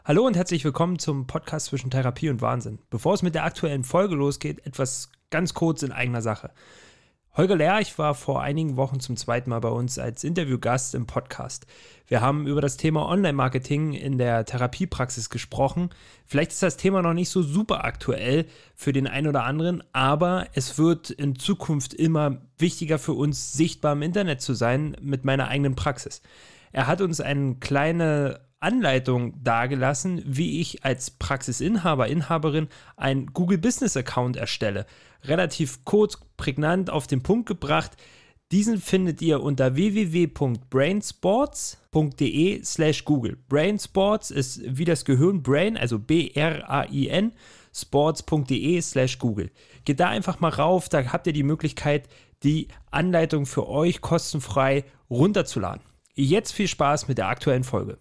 Hallo und herzlich willkommen zum Podcast zwischen Therapie und Wahnsinn. Bevor es mit der aktuellen Folge losgeht, etwas ganz kurz in eigener Sache. Holger Lerch war vor einigen Wochen zum zweiten Mal bei uns als Interviewgast im Podcast. Wir haben über das Thema Online-Marketing in der Therapiepraxis gesprochen. Vielleicht ist das Thema noch nicht so super aktuell für den einen oder anderen, aber es wird in Zukunft immer wichtiger für uns, sichtbar im Internet zu sein mit meiner eigenen Praxis. Er hat uns eine kleine Anleitung dargelassen, wie ich als Praxisinhaber, Inhaberin einen Google Business Account erstelle. Relativ kurz, prägnant auf den Punkt gebracht. Diesen findet ihr unter www.brainsports.de/Google. Brainsports ist wie das Gehirn Brain, also B-R-A-I-N, sports.de/Google. Geht da einfach mal rauf, da habt ihr die Möglichkeit, die Anleitung für euch kostenfrei runterzuladen. Jetzt viel Spaß mit der aktuellen Folge.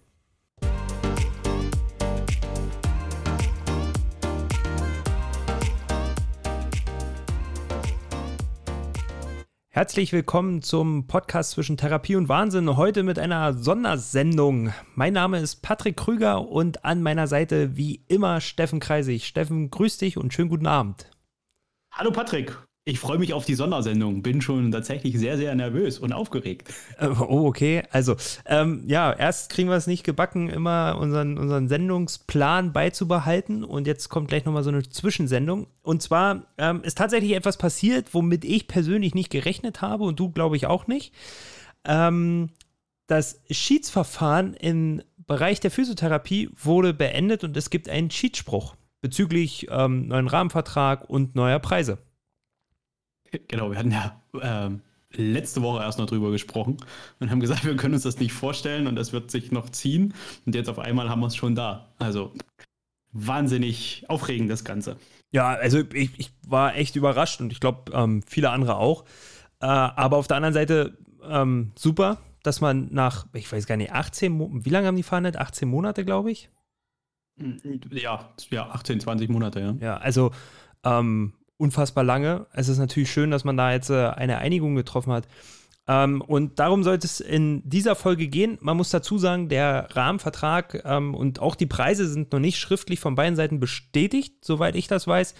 Herzlich willkommen zum Podcast zwischen Therapie und Wahnsinn, heute mit einer Sondersendung. Mein Name ist Patrick Krüger und an meiner Seite wie immer Steffen Kreisig. Steffen, grüß dich und schönen guten Abend. Hallo Patrick, ich freue mich auf die Sondersendung, bin schon tatsächlich sehr, sehr nervös und aufgeregt. Oh, okay, also erst kriegen wir es nicht gebacken, immer unseren Sendungsplan beizubehalten und jetzt kommt gleich nochmal so eine Zwischensendung. Und zwar ist tatsächlich etwas passiert, womit ich persönlich nicht gerechnet habe und du, glaube ich, auch nicht. Das Schiedsverfahren im Bereich der Physiotherapie wurde beendet und es gibt einen Schiedsspruch bezüglich neuen Rahmenvertrag und neuer Preise. Genau, wir hatten ja letzte Woche erst noch drüber gesprochen und haben gesagt, wir können uns das nicht vorstellen und das wird sich noch ziehen. Und jetzt auf einmal haben wir es schon da. Also wahnsinnig aufregend das Ganze. Ja, also ich war echt überrascht und ich glaube, viele andere auch. Aber auf der anderen Seite super, dass man nach, ich weiß gar nicht, 18 Monate, wie lange haben die verhandelt? 18 Monate, glaube ich? Ja, 18, 20 Monate, ja. Ja, also unfassbar lange. Es ist natürlich schön, dass man da jetzt eine Einigung getroffen hat. Und darum sollte es in dieser Folge gehen. Man muss dazu sagen, der Rahmenvertrag und auch die Preise sind noch nicht schriftlich von beiden Seiten bestätigt, soweit ich das weiß.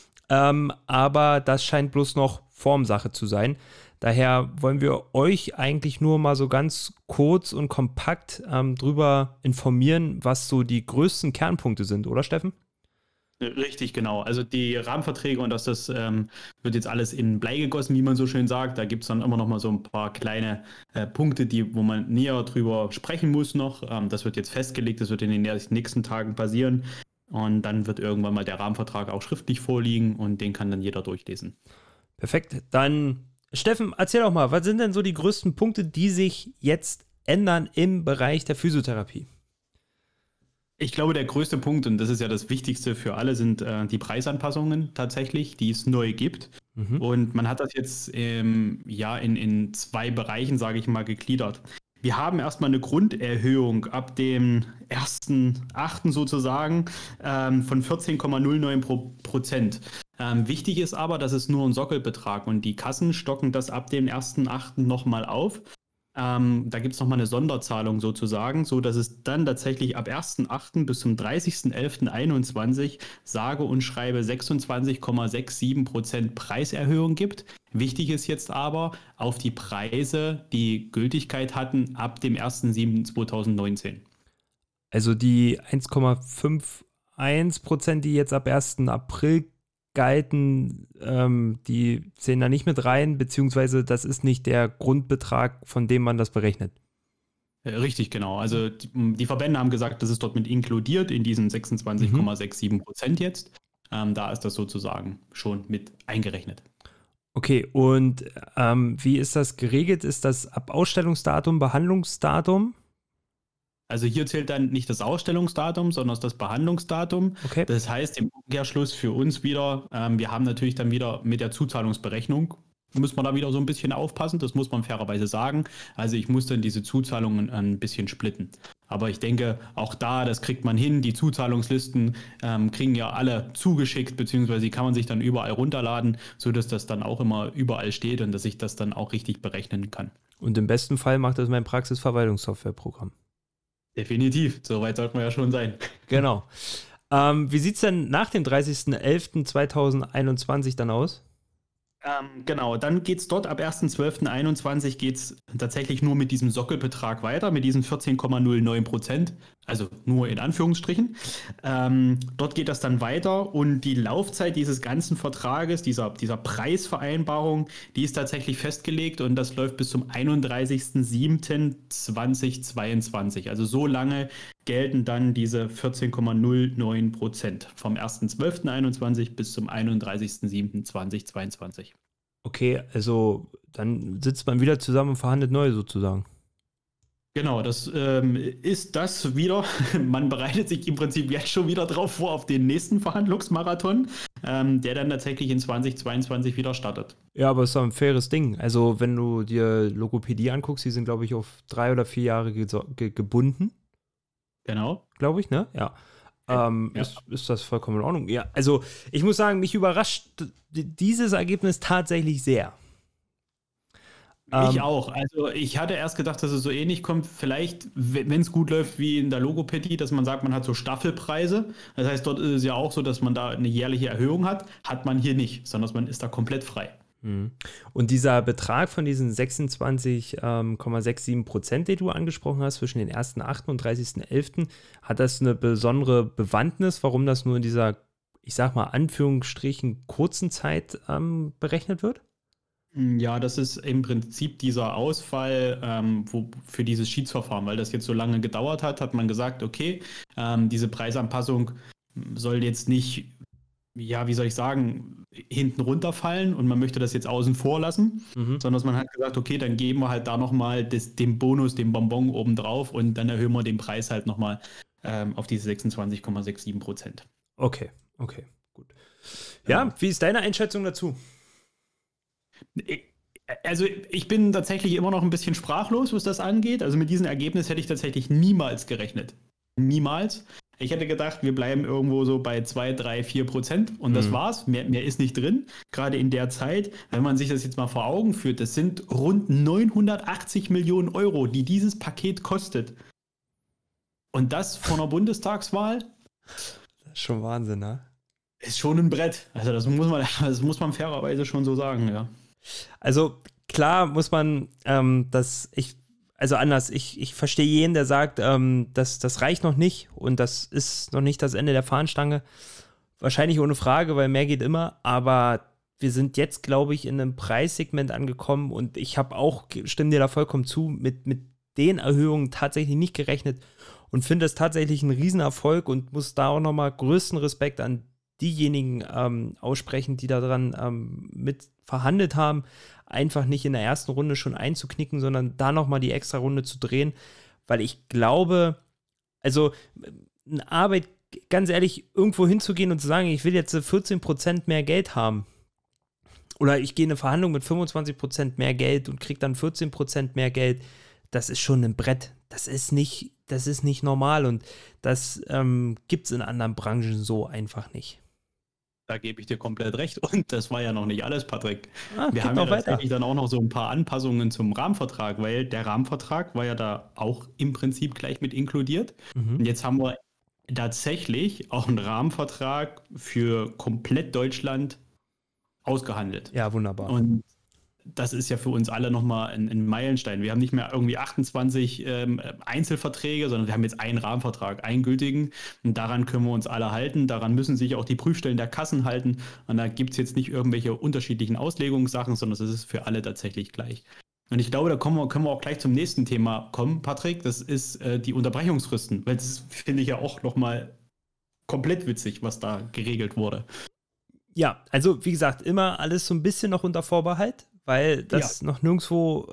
Aber das scheint bloß noch Formsache zu sein. Daher wollen wir euch eigentlich nur mal so ganz kurz und kompakt drüber informieren, was so die größten Kernpunkte sind, oder Steffen? Richtig, genau. Also die Rahmenverträge und das wird jetzt alles in Blei gegossen, wie man so schön sagt. Da gibt es dann immer noch mal so ein paar kleine Punkte, wo man näher drüber sprechen muss noch. Das wird jetzt festgelegt, das wird in den nächsten Tagen passieren. Und dann wird irgendwann mal der Rahmenvertrag auch schriftlich vorliegen und den kann dann jeder durchlesen. Perfekt. Dann, Steffen, erzähl doch mal, was sind denn so die größten Punkte, die sich jetzt ändern im Bereich der Physiotherapie? Ich glaube, der größte Punkt, und das ist ja das Wichtigste für alle, sind die Preisanpassungen tatsächlich, die es neu gibt. Mhm. Und man hat das jetzt in zwei Bereichen, sage ich mal, gegliedert. Wir haben erstmal eine Grunderhöhung ab dem 1.8. sozusagen von 14,09%. Wichtig ist aber, das ist nur ein Sockelbetrag und die Kassen stocken das ab dem 1.8. nochmal auf. Da gibt es nochmal eine Sonderzahlung sozusagen, so dass es dann tatsächlich ab 1.8. bis zum 30.11.21 sage und schreibe 26,67% Preiserhöhung gibt. Wichtig ist jetzt aber auf die Preise, die Gültigkeit hatten ab dem 1.7.2019. Also die 1,51%, die jetzt ab 1. April galten, die zählen da nicht mit rein, beziehungsweise das ist nicht der Grundbetrag, von dem man das berechnet. Richtig, genau. Also die Verbände haben gesagt, das ist dort mit inkludiert in diesen 26,67% jetzt. Da ist das sozusagen schon mit eingerechnet. Okay, und wie ist das geregelt? Ist das ab Ausstellungsdatum, Behandlungsdatum? Also hier zählt dann nicht das Ausstellungsdatum, sondern das Behandlungsdatum. Okay. Das heißt im Umkehrschluss für uns wieder, wir haben natürlich dann wieder mit der Zuzahlungsberechnung, muss man da wieder so ein bisschen aufpassen, das muss man fairerweise sagen. Also ich muss dann diese Zuzahlungen ein bisschen splitten. Aber ich denke, auch da, das kriegt man hin. Die Zuzahlungslisten kriegen ja alle zugeschickt, beziehungsweise die kann man sich dann überall runterladen, sodass das dann auch immer überall steht und dass ich das dann auch richtig berechnen kann. Und im besten Fall macht das mein Praxisverwaltungssoftwareprogramm. Definitiv, soweit sollte man ja schon sein. Genau. Wie sieht es denn nach dem 30.11.2021 dann aus? Genau, dann geht es dort ab 1.12.21 geht es tatsächlich nur mit diesem Sockelbetrag weiter, mit diesen 14,09%, also nur in Anführungsstrichen. Dort geht das dann weiter und die Laufzeit dieses ganzen Vertrages, dieser Preisvereinbarung, die ist tatsächlich festgelegt und das läuft bis zum 31.07.2022. Also so lange gelten dann diese 14,09% vom 1.12.21 bis zum 31.07.2022. Okay, also dann sitzt man wieder zusammen und verhandelt neu sozusagen. Genau, das ist das wieder. Man bereitet sich im Prinzip jetzt schon wieder drauf vor auf den nächsten Verhandlungsmarathon, der dann tatsächlich in 2022 wieder startet. Ja, aber es ist doch ein faires Ding. Also wenn du dir Logopädie anguckst, die sind, glaube ich, auf 3 oder 4 Jahre gebunden. Genau. Glaube ich, ne? Ja. Ist das vollkommen in Ordnung? Ja, also ich muss sagen, mich überrascht dieses Ergebnis tatsächlich sehr. Ich auch. Also ich hatte erst gedacht, dass es so ähnlich kommt. Vielleicht, wenn es gut läuft wie in der Logopädie, dass man sagt, man hat so Staffelpreise. Das heißt, dort ist es ja auch so, dass man da eine jährliche Erhöhung hat. Hat man hier nicht, sondern man ist da komplett frei. Und dieser Betrag von diesen 26,67%, den du angesprochen hast, zwischen den 1.8. und 30.11., hat das eine besondere Bewandtnis, warum das nur in dieser, ich sag mal, Anführungsstrichen kurzen Zeit berechnet wird? Ja, das ist im Prinzip dieser Ausfall für dieses Schiedsverfahren, weil das jetzt so lange gedauert hat, hat man gesagt, okay, diese Preisanpassung soll jetzt nicht, ja, wie soll ich sagen, hinten runterfallen und man möchte das jetzt außen vor lassen, sondern man hat gesagt, okay, dann geben wir halt da nochmal den Bonus, den Bonbon obendrauf und dann erhöhen wir den Preis halt nochmal auf diese 26,67%. Okay, gut. Ja, wie ist deine Einschätzung dazu? Also ich bin tatsächlich immer noch ein bisschen sprachlos, was das angeht. Also mit diesem Ergebnis hätte ich tatsächlich niemals gerechnet. Niemals. Ich hätte gedacht, wir bleiben irgendwo so bei 2, 3, 4% und das war's. Mehr ist nicht drin. Gerade in der Zeit, wenn man sich das jetzt mal vor Augen führt, das sind rund 980 Millionen Euro, die dieses Paket kostet. Und das vor einer Bundestagswahl? Das ist schon Wahnsinn, ne? Ist schon ein Brett. Also das muss man fairerweise schon so sagen, ja. Also klar muss man ich verstehe jeden, der sagt, das reicht noch nicht und das ist noch nicht das Ende der Fahnenstange. Wahrscheinlich ohne Frage, weil mehr geht immer, aber wir sind jetzt, glaube ich, in einem Preissegment angekommen und ich habe auch, stimme dir da vollkommen zu, mit den Erhöhungen tatsächlich nicht gerechnet und finde es tatsächlich ein Riesenerfolg und muss da auch nochmal größten Respekt an diejenigen aussprechen, die daran mit verhandelt haben, einfach nicht in der ersten Runde schon einzuknicken, sondern da nochmal die extra Runde zu drehen, weil ich glaube, also eine Arbeit, ganz ehrlich, irgendwo hinzugehen und zu sagen, ich will jetzt 14% mehr Geld haben oder ich gehe in eine Verhandlung mit 25% mehr Geld und kriege dann 14% mehr Geld, das ist schon ein Brett. Das ist nicht normal und das gibt es in anderen Branchen so einfach nicht. Da gebe ich dir komplett recht. Und das war ja noch nicht alles, Patrick. Wir haben ja tatsächlich dann auch noch so ein paar Anpassungen zum Rahmenvertrag, weil der Rahmenvertrag war ja da auch im Prinzip gleich mit inkludiert. Und jetzt haben wir tatsächlich auch einen Rahmenvertrag für komplett Deutschland ausgehandelt. Ja, wunderbar. Und das ist ja für uns alle nochmal ein Meilenstein. Wir haben nicht mehr irgendwie 28 Einzelverträge, sondern wir haben jetzt einen Rahmenvertrag, einen gültigen. Und daran können wir uns alle halten. Daran müssen sich auch die Prüfstellen der Kassen halten. Und da gibt es jetzt nicht irgendwelche unterschiedlichen Auslegungssachen, sondern es ist für alle tatsächlich gleich. Und ich glaube, da können wir auch gleich zum nächsten Thema kommen, Patrick. Das ist die Unterbrechungsfristen. Weil das finde ich ja auch nochmal komplett witzig, was da geregelt wurde. Ja, also wie gesagt, immer alles so ein bisschen noch unter Vorbehalt, weil das noch nirgendwo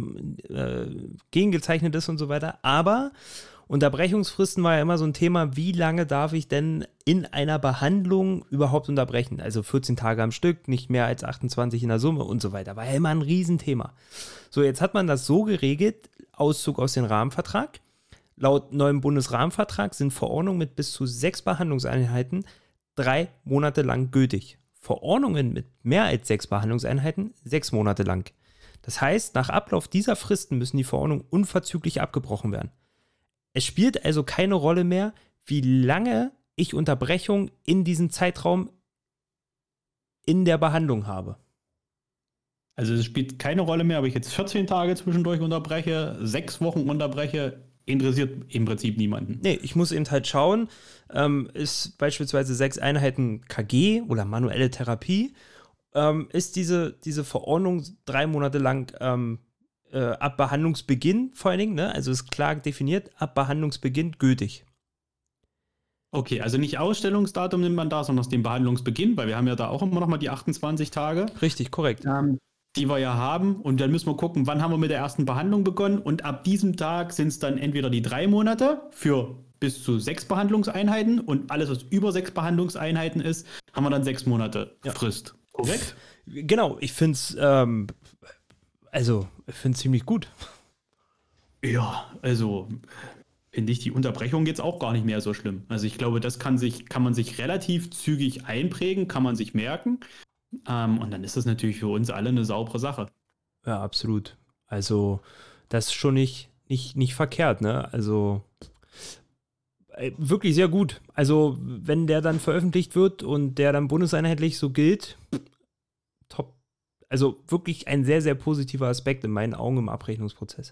gegengezeichnet ist und so weiter. Aber Unterbrechungsfristen war ja immer so ein Thema, wie lange darf ich denn in einer Behandlung überhaupt unterbrechen? Also 14 Tage am Stück, nicht mehr als 28 in der Summe und so weiter. War ja immer ein Riesenthema. So, jetzt hat man das so geregelt, Auszug aus dem Rahmenvertrag. Laut neuem Bundesrahmenvertrag sind Verordnungen mit bis zu 6 Behandlungseinheiten 3 Monate lang gültig. Verordnungen mit mehr als 6 Behandlungseinheiten 6 Monate lang. Das heißt, nach Ablauf dieser Fristen müssen die Verordnungen unverzüglich abgebrochen werden. Es spielt also keine Rolle mehr, wie lange ich Unterbrechung in diesem Zeitraum in der Behandlung habe. Also es spielt keine Rolle mehr, ob ich jetzt 14 Tage zwischendurch unterbreche, 6 Wochen unterbreche, interessiert im Prinzip niemanden. Nee, ich muss eben halt schauen, ist beispielsweise 6 Einheiten KG oder manuelle Therapie, ist diese Verordnung 3 Monate lang ab Behandlungsbeginn vor allen Dingen, ne? Also ist klar definiert, ab Behandlungsbeginn gültig. Okay, also nicht Ausstellungsdatum nimmt man da, sondern aus dem Behandlungsbeginn, weil wir haben ja da auch immer noch mal die 28 Tage. Richtig, korrekt. Die wir ja haben. Und dann müssen wir gucken, wann haben wir mit der ersten Behandlung begonnen. Und ab diesem Tag sind es dann entweder die 3 Monate für bis zu 6 Behandlungseinheiten und alles, was über 6 Behandlungseinheiten ist, haben wir dann 6 Monate Frist. Korrekt? Genau, ich finde es ziemlich gut. Ja, also finde ich die Unterbrechung jetzt auch gar nicht mehr so schlimm. Also ich glaube, das kann man sich relativ zügig einprägen, kann man sich merken. Und dann ist das natürlich für uns alle eine saubere Sache. Ja, absolut. Also das ist schon nicht verkehrt, ne? Also wirklich sehr gut. Also wenn der dann veröffentlicht wird und der dann bundeseinheitlich so gilt, top. Also wirklich ein sehr, sehr positiver Aspekt in meinen Augen im Abrechnungsprozess.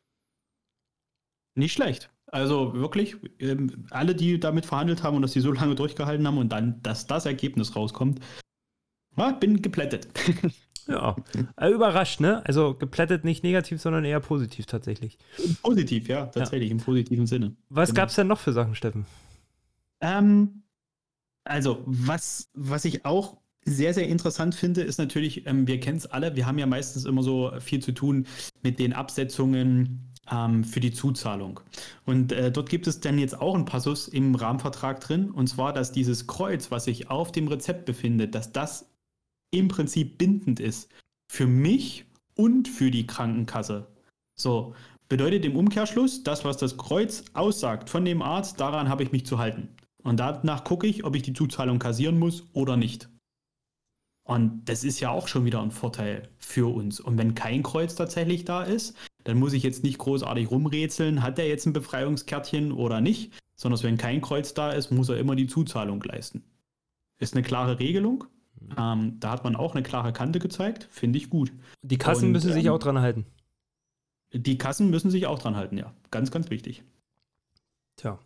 Nicht schlecht. Also wirklich, alle, die damit verhandelt haben und dass sie so lange durchgehalten haben und dann, dass das Ergebnis rauskommt, bin geplättet. Ja, überrascht, ne? Also geplättet nicht negativ, sondern eher positiv tatsächlich. Positiv, ja, tatsächlich, im positiven Sinne. Was gab es denn noch für Sachen, Steffen? Also, was ich auch sehr, sehr interessant finde, ist natürlich, wir kennen es alle, wir haben ja meistens immer so viel zu tun mit den Absetzungen für die Zuzahlung. Und dort gibt es dann jetzt auch einen Passus im Rahmenvertrag drin, und zwar, dass dieses Kreuz, was sich auf dem Rezept befindet, dass das im Prinzip bindend ist für mich und für die Krankenkasse. So, bedeutet im Umkehrschluss, das, was das Kreuz aussagt von dem Arzt, daran habe ich mich zu halten. Und danach gucke ich, ob ich die Zuzahlung kassieren muss oder nicht. Und das ist ja auch schon wieder ein Vorteil für uns. Und wenn kein Kreuz tatsächlich da ist, dann muss ich jetzt nicht großartig rumrätseln, hat er jetzt ein Befreiungskärtchen oder nicht, sondern wenn kein Kreuz da ist, muss er immer die Zuzahlung leisten. Ist eine klare Regelung. Da hat man auch eine klare Kante gezeigt, finde ich gut. Die Kassen müssen sich auch dran halten. Die Kassen müssen sich auch dran halten, ja. Ganz, ganz wichtig. Tja.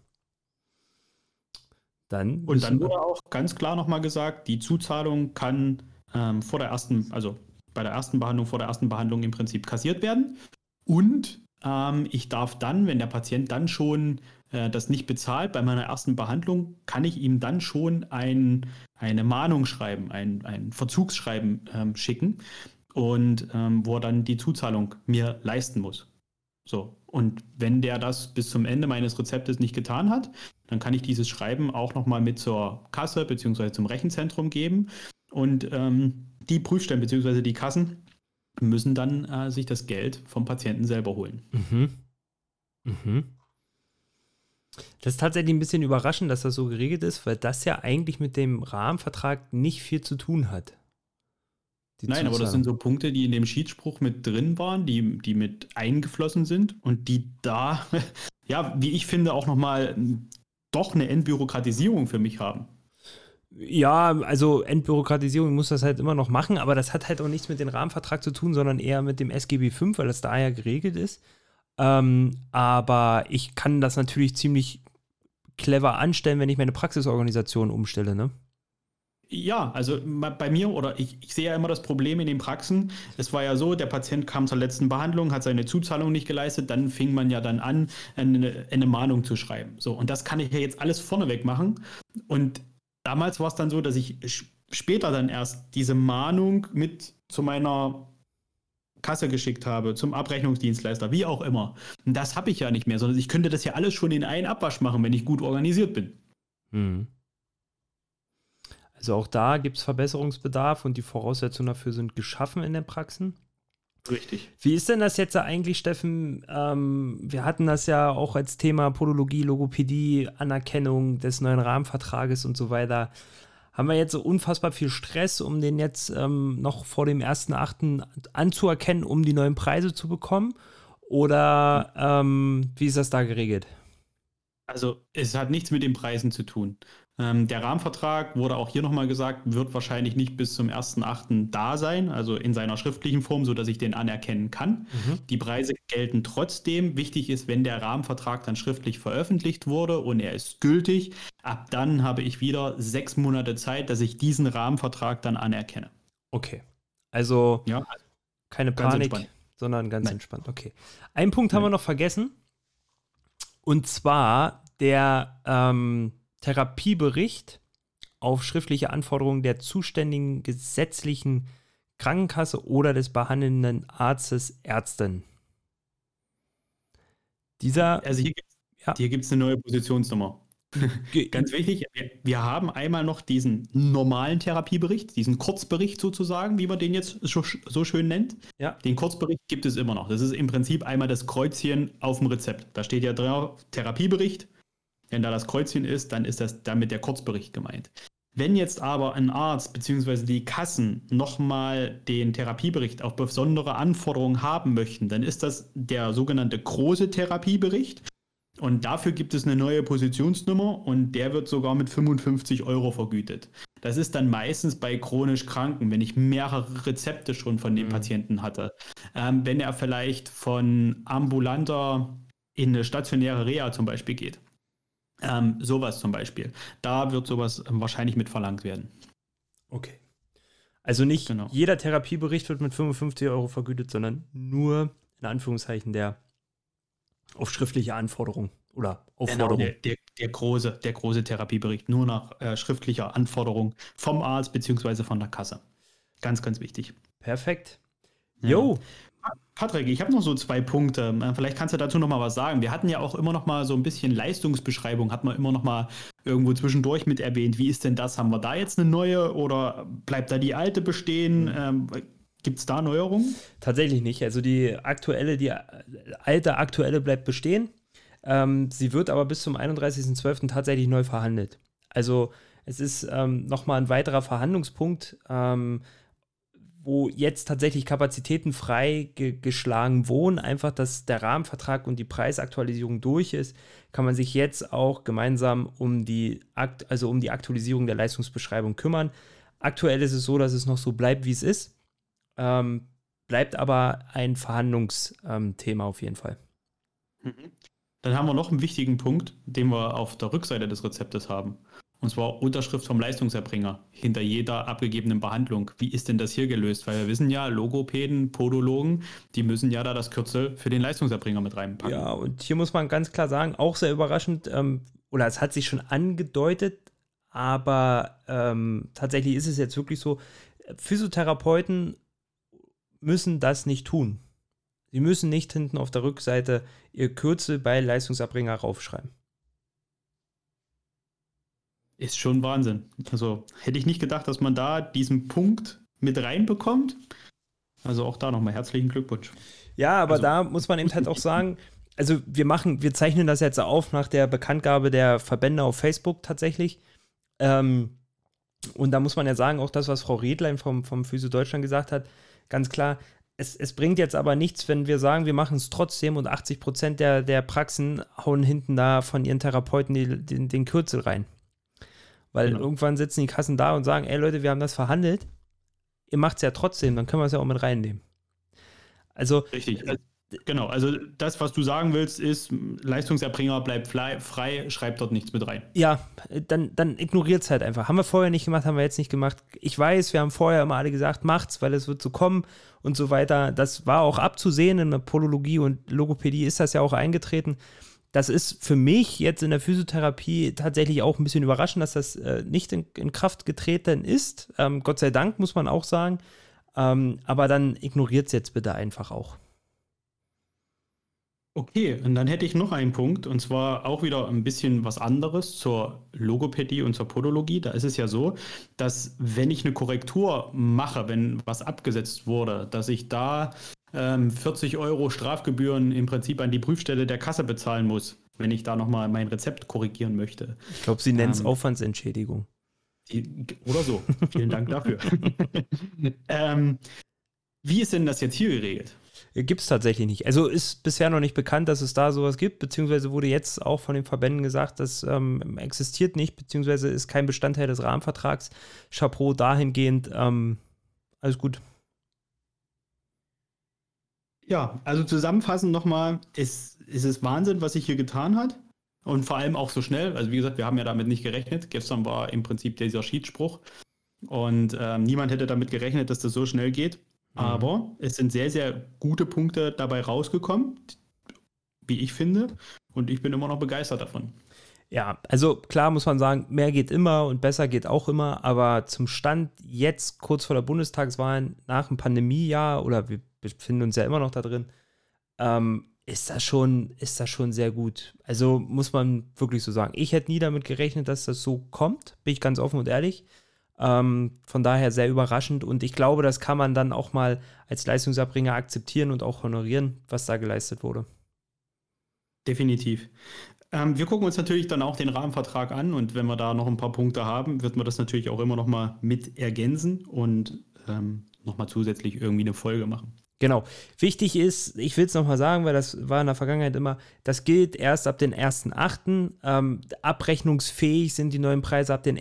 Und dann wurde auch ganz klar nochmal gesagt, die Zuzahlung kann vor der ersten Behandlung im Prinzip kassiert werden. Und ich darf dann, wenn der Patient dann schon das nicht bezahlt bei meiner ersten Behandlung, kann ich ihm dann schon eine Mahnung schreiben, ein Verzugsschreiben schicken und wo er dann die Zuzahlung mir leisten muss. So, und wenn der das bis zum Ende meines Rezeptes nicht getan hat, dann kann ich dieses Schreiben auch nochmal mit zur Kasse bzw. zum Rechenzentrum geben und die Prüfstellen bzw. die Kassen müssen dann sich das Geld vom Patienten selber holen. Das ist tatsächlich ein bisschen überraschend, dass das so geregelt ist, weil das ja eigentlich mit dem Rahmenvertrag nicht viel zu tun hat. Nein, aber das sind so Punkte, die in dem Schiedsspruch mit drin waren, die mit eingeflossen sind und die da, ja, wie ich finde, auch nochmal doch eine Entbürokratisierung für mich haben. Ja, also Entbürokratisierung muss das halt immer noch machen, aber das hat halt auch nichts mit dem Rahmenvertrag zu tun, sondern eher mit dem SGB V, weil das da ja geregelt ist. Aber ich kann das natürlich ziemlich clever anstellen, wenn ich meine Praxisorganisation umstelle, ne? Ja, also bei mir, oder ich sehe ja immer das Problem in den Praxen. Es war ja so, der Patient kam zur letzten Behandlung, hat seine Zuzahlung nicht geleistet, dann fing man ja dann an, eine Mahnung zu schreiben. So, und das kann ich ja jetzt alles vorneweg machen. Und damals war es dann so, dass ich später dann erst diese Mahnung mit zu meiner Kasse geschickt habe, zum Abrechnungsdienstleister, wie auch immer. Und das habe ich ja nicht mehr, sondern ich könnte das ja alles schon in einen Abwasch machen, wenn ich gut organisiert bin. Also auch da gibt es Verbesserungsbedarf und die Voraussetzungen dafür sind geschaffen in den Praxen. Richtig. Wie ist denn das jetzt eigentlich, Steffen? Wir hatten das ja auch als Thema Podologie, Logopädie, Anerkennung des neuen Rahmenvertrages und so weiter. Haben wir jetzt so unfassbar viel Stress, um den jetzt noch vor dem 1.8. anzuerkennen, um die neuen Preise zu bekommen? Oder wie ist das da geregelt? Also es hat nichts mit den Preisen zu tun. Der Rahmenvertrag, wurde auch hier nochmal gesagt, wird wahrscheinlich nicht bis zum 1.8. da sein, also in seiner schriftlichen Form, sodass ich den anerkennen kann. Die Preise gelten trotzdem. Wichtig ist, wenn der Rahmenvertrag dann schriftlich veröffentlicht wurde und er ist gültig, ab dann habe ich wieder 6 Monate Zeit, dass ich diesen Rahmenvertrag dann anerkenne. Okay, also Ja, keine ganz Panik, entspannt. sondern ganz Nein. entspannt. Okay, einen Punkt haben wir Nein. noch vergessen, und zwar der Therapiebericht auf schriftliche Anforderungen der zuständigen gesetzlichen Krankenkasse oder des behandelnden Arztes, Ärztin. Dieser, Also hier gibt es eine neue Positionsnummer. Ganz wichtig, wir haben einmal noch diesen normalen Therapiebericht, diesen Kurzbericht sozusagen, wie man den jetzt so schön nennt. Ja. Den Kurzbericht gibt es immer noch. Das ist im Prinzip einmal das Kreuzchen auf dem Rezept. Da steht ja drauf Therapiebericht. Wenn da das Kreuzchen ist, dann ist das damit der Kurzbericht gemeint. Wenn jetzt aber ein Arzt bzw. die Kassen nochmal den Therapiebericht auf besondere Anforderungen haben möchten, dann ist das der sogenannte große Therapiebericht. Und dafür gibt es eine neue Positionsnummer und der wird sogar mit 55 € vergütet. Das ist dann meistens bei chronisch Kranken, wenn ich mehrere Rezepte schon von dem Patienten hatte. Wenn er vielleicht von ambulanter in eine stationäre Reha zum Beispiel geht. Sowas zum Beispiel. Da wird sowas wahrscheinlich mit verlangt werden. Okay. Also nicht jeder Therapiebericht wird mit 55 € vergütet, sondern nur, in Anführungszeichen, der auf schriftliche Anforderung oder Aufforderung. Genau, der große Therapiebericht, nur nach schriftlicher Anforderung vom Arzt bzw. von der Kasse. Ganz, ganz wichtig. Perfekt. Ja. Jo. Patrick, ich habe noch so 2 Punkte. Vielleicht kannst du dazu noch mal was sagen. Wir hatten ja auch immer noch mal so ein bisschen Leistungsbeschreibung, hat man immer noch mal irgendwo zwischendurch mit erwähnt. Wie ist denn das? Haben wir da jetzt eine neue oder bleibt da die alte bestehen? Gibt es da Neuerungen? Tatsächlich nicht. Also die alte aktuelle bleibt bestehen. Sie wird aber bis zum 31.12. tatsächlich neu verhandelt. Also es ist nochmal ein weiterer Verhandlungspunkt, wo jetzt tatsächlich Kapazitäten frei geschlagen wurden. Einfach, dass der Rahmenvertrag und die Preisaktualisierung durch ist, kann man sich jetzt auch gemeinsam um die Aktualisierung der Leistungsbeschreibung kümmern. Aktuell ist es so, dass es noch so bleibt, wie es ist. Bleibt aber ein Verhandlungsthema auf jeden Fall. Dann haben wir noch einen wichtigen Punkt, den wir auf der Rückseite des Rezeptes haben. Und zwar Unterschrift vom Leistungserbringer hinter jeder abgegebenen Behandlung. Wie ist denn das hier gelöst? Weil wir wissen ja, Logopäden, Podologen, die müssen ja da das Kürzel für den Leistungserbringer mit reinpacken. Ja, und hier muss man ganz klar sagen, auch sehr überraschend, oder es hat sich schon angedeutet, aber tatsächlich ist es jetzt wirklich so, Physiotherapeuten müssen das nicht tun. Sie müssen nicht hinten auf der Rückseite ihr Kürzel bei Leistungserbringer raufschreiben. Ist schon Wahnsinn. Also hätte ich nicht gedacht, dass man da diesen Punkt mit reinbekommt. Also auch da nochmal herzlichen Glückwunsch. Ja, aber da muss man eben halt auch sagen, also wir zeichnen das jetzt auf nach der Bekanntgabe der Verbände auf Facebook tatsächlich. Und da muss man ja sagen, auch das, was Frau Redlein vom Physio Deutschland gesagt hat, ganz klar, es bringt jetzt aber nichts, wenn wir sagen, wir machen es trotzdem und 80% der Praxen hauen hinten da von ihren Therapeuten den Kürzel rein. Weil irgendwann sitzen die Kassen da und sagen, ey Leute, wir haben das verhandelt, ihr macht es ja trotzdem, dann können wir es ja auch mit reinnehmen. Also richtig. Genau, also das, was du sagen willst, ist, Leistungserbringer bleibt frei, schreibt dort nichts mit rein. Ja, dann ignoriert es halt einfach. Haben wir vorher nicht gemacht, haben wir jetzt nicht gemacht. Ich weiß, wir haben vorher immer alle gesagt, macht's, weil es wird so kommen und so weiter. Das war auch abzusehen, in der Podologie und Logopädie ist das ja auch eingetreten. Das ist für mich jetzt in der Physiotherapie tatsächlich auch ein bisschen überraschend, dass das nicht in Kraft getreten ist. Gott sei Dank, muss man auch sagen. Aber dann ignoriert es jetzt bitte einfach auch. Okay, und dann hätte ich noch einen Punkt, und zwar auch wieder ein bisschen was anderes zur Logopädie und zur Podologie. Da ist es ja so, dass wenn ich eine Korrektur mache, wenn was abgesetzt wurde, dass ich da 40 € Strafgebühren im Prinzip an die Prüfstelle der Kasse bezahlen muss, wenn ich da nochmal mein Rezept korrigieren möchte. Ich glaube, sie nennt es Aufwandsentschädigung. Oder so. Vielen Dank dafür. Wie ist denn das jetzt hier geregelt? Gibt es tatsächlich nicht. Also ist bisher noch nicht bekannt, dass es da sowas gibt, beziehungsweise wurde jetzt auch von den Verbänden gesagt, das existiert nicht, beziehungsweise ist kein Bestandteil des Rahmenvertrags. Chapeau dahingehend, alles gut. Ja, also zusammenfassend nochmal, es ist Wahnsinn, was sich hier getan hat. Und vor allem auch so schnell. Also wie gesagt, wir haben ja damit nicht gerechnet. Gestern war im Prinzip dieser Schiedsspruch. Und niemand hätte damit gerechnet, dass das so schnell geht. Aber es sind sehr, sehr gute Punkte dabei rausgekommen, wie ich finde. Und ich bin immer noch begeistert davon. Ja, also klar muss man sagen, mehr geht immer und besser geht auch immer. Aber zum Stand jetzt, kurz vor der Bundestagswahl, nach dem Pandemiejahr, oder wir befinden uns ja immer noch da drin, ist das schon sehr gut. Also muss man wirklich so sagen. Ich hätte nie damit gerechnet, dass das so kommt, bin ich ganz offen und ehrlich. Von daher sehr überraschend und ich glaube, das kann man dann auch mal als Leistungserbringer akzeptieren und auch honorieren, was da geleistet wurde. Definitiv. Wir gucken uns natürlich dann auch den Rahmenvertrag an und wenn wir da noch ein paar Punkte haben, wird man das natürlich auch immer noch mal mit ergänzen und noch mal zusätzlich irgendwie eine Folge machen. Genau. Wichtig ist, ich will es nochmal sagen, weil das war in der Vergangenheit immer, das gilt erst ab den 1.8. Abrechnungsfähig sind die neuen Preise ab den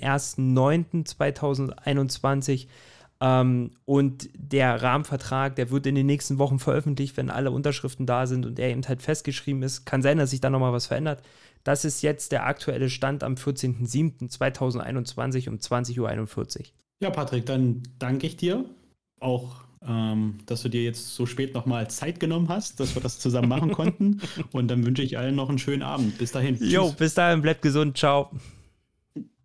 1.9.2021. Und der Rahmenvertrag, der wird in den nächsten Wochen veröffentlicht, wenn alle Unterschriften da sind und er eben halt festgeschrieben ist. Kann sein, dass sich da nochmal was verändert. Das ist jetzt der aktuelle Stand am 14.07.2021 um 20.41 Uhr. Ja, Patrick, dann danke ich dir auch, dass du dir jetzt so spät nochmal Zeit genommen hast, dass wir das zusammen machen konnten. Und dann wünsche ich allen noch einen schönen Abend. Bis dahin. Jo, bis dahin, bleibt gesund. Ciao.